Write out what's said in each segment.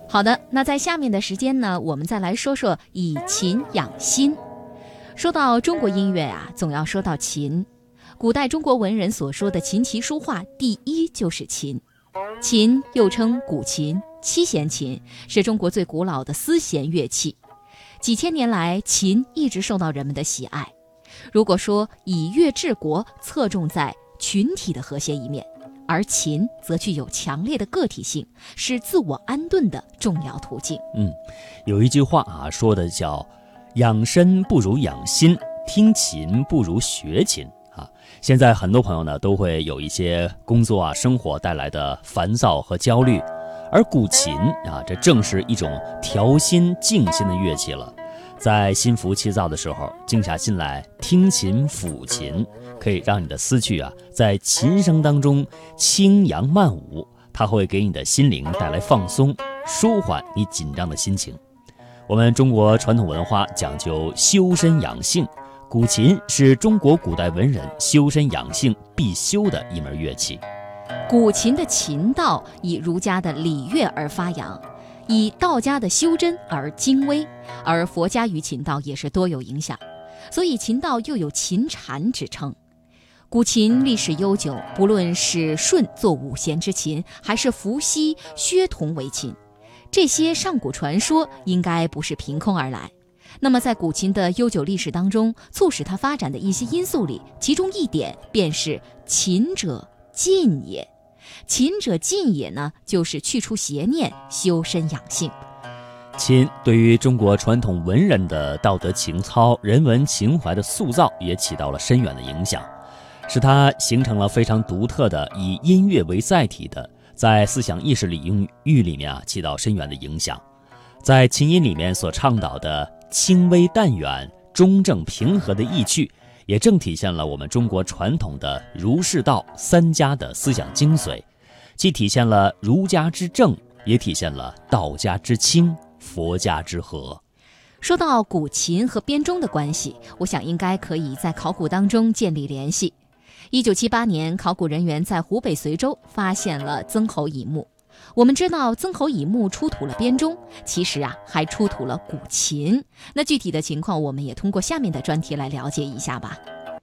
好的，那在下面的时间呢，我们再来说说以琴养心。说到中国音乐啊，总要说到琴。古代中国文人所说的琴棋书画，第一就是琴。琴又称古琴、七弦琴，是中国最古老的丝弦乐器。几千年来，琴一直受到人们的喜爱。如果说以乐治国，侧重在群体的和谐一面，而琴则具有强烈的个体性，是自我安顿的重要途径。 有一句话啊，说的叫养身不如养心，听琴不如学琴啊。现在很多朋友呢都会有一些工作啊、生活带来的烦躁和焦虑，而古琴啊，这正是一种调心静心的乐器了。在心浮气躁的时候，静下心来听琴抚琴，可以让你的思绪啊在琴声当中轻扬慢舞，它会给你的心灵带来放松，舒缓你紧张的心情。我们中国传统文化讲究修身养性，古琴是中国古代文人修身养性必修的一门乐器。 古琴的琴道以儒家的礼乐而发扬，以道家的修真而精微，而佛家与琴道也是多有影响，所以琴道又有琴禅之称。古琴历史悠久，不论是舜作五弦之琴，还是伏羲、薛同为琴，这些上古传说应该不是凭空而来。那么在古琴的悠久历史当中，促使它发展的一些因素里，其中一点便是琴者静也。琴者静也呢，就是去除邪念，修身养性。 琴对于中国传统文人的道德情操、人文情怀的塑造也起到了深远的影响，使它形成了非常独特的以音乐为载体的，在思想意识领域里面起到深远的影响。在琴音里面所倡导的轻微淡远、中正平和的意趣，也正体现了我们中国传统的儒释道三家的思想精髓，既体现了儒家之正，也体现了道家之清、佛家之和。 说到古琴和编钟的关系，我想应该可以在考古当中建立联系。1978年，考古人员在湖北随州发现了曾侯乙墓。我们知道曾侯乙墓出土了编钟，其实还出土了古琴。那具体的情况，我们也通过下面的专题来了解一下吧。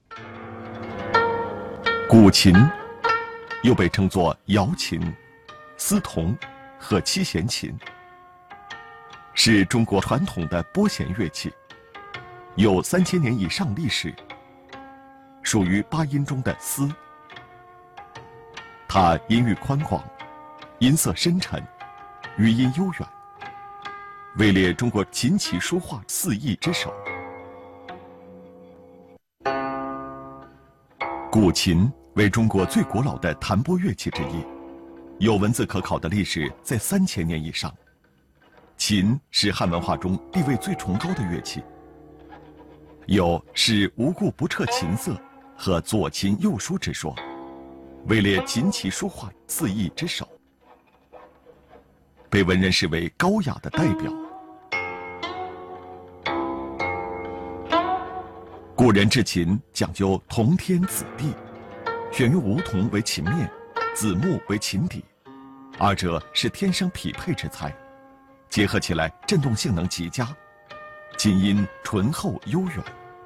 古琴又被称作瑶琴、丝铜和七弦琴，是中国传统的拨弦乐器，有3000年以上历史，属于八音中的丝。它音域宽广，音色深沉，余音悠远，位列中国琴棋书画4艺之首。古琴为中国最古老的弹拨乐器之一，有文字可考的历史在3000年以上。琴是汉文化中地位最崇高的乐器，有使无故不彻琴瑟和左琴右书之说，位列琴棋书画4艺之首，被文人视为高雅的代表。古人制琴讲究铜天子地，选用梧桐为琴面，紫木为琴底，二者是天生匹配之材，结合起来振动性能极佳，琴音醇厚悠远。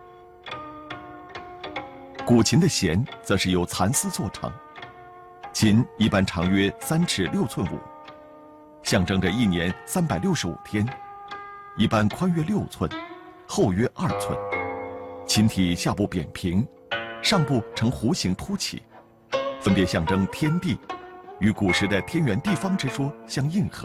古琴的弦则是由蚕丝做成，琴一般长约3尺6寸5，象征着一年365天，一般宽约6寸，厚约2寸。琴体下部扁平，上部呈弧形凸起，分别象征天地，与古时的天圆地方之说相应和。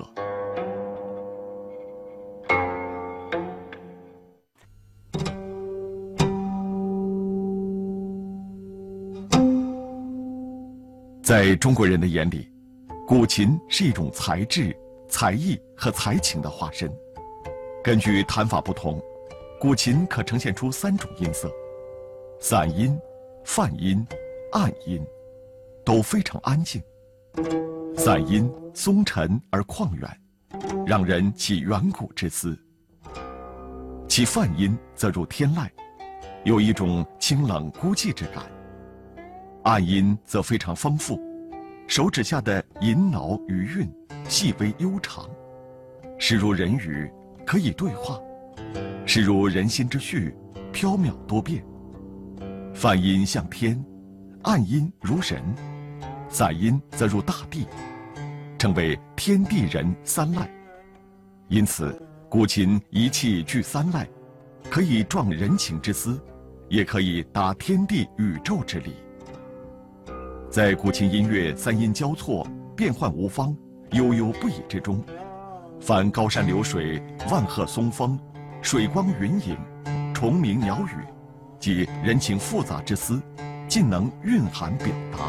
在中国人的眼里，古琴是一种才智、才艺和才情的化身。根据弹法不同，古琴可呈现出3种音色：散音、泛音、暗音，都非常安静。散音松沉而旷远，让人起远古之思；其泛音则如天籁，有一种清冷孤寂之感。暗音则非常丰富，手指下的银挠余韵细微悠长。 时如人语，可以对话；时如人心之绪，缥缈多变。泛音向天，暗音如人，散音则入大地，称为天地人三籁。因此，古琴一气具三籁，可以壮人情之思，也可以达天地宇宙之理。在古琴音乐三音交错、变幻无方、悠悠不已之中，凡高山流水、万壑松风、水光云影、虫鸣鸟语，及人情复杂之思，尽能蕴含表达。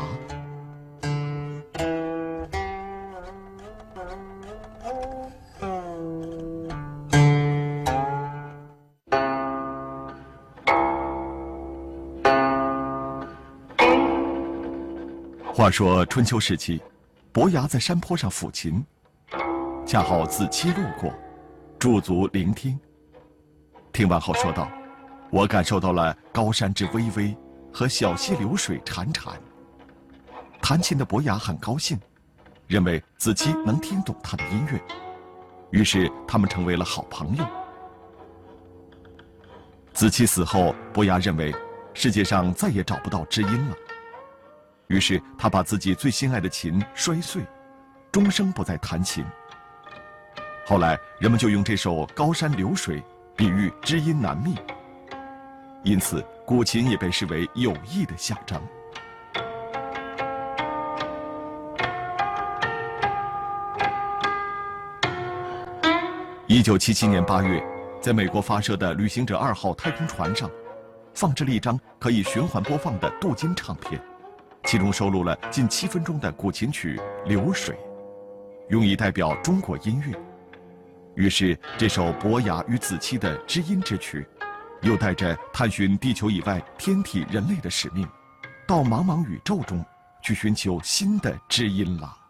话说春秋时期，伯牙在山坡上抚琴，恰好子期路过，驻足聆听。听完后说道：“我感受到了高山之巍巍和小溪流水潺潺。”弹琴的伯牙很高兴，认为子期能听懂他的音乐，于是他们成为了好朋友。子期死后，伯牙认为世界上再也找不到知音了，于是他把自己最心爱的琴摔碎，终生不再弹琴。后来人们就用这首高山流水比喻知音难觅，因此古琴也被视为友谊的象征。1977年8月，在美国发射的旅行者2号太空船上，放置了一张可以循环播放的镀金唱片，其中收录了近7分钟的古琴曲《流水》，用以代表中国音乐。于是这首伯牙与子期的知音之曲，又带着探寻地球以外天体人类的使命，到茫茫宇宙中去寻求新的知音了。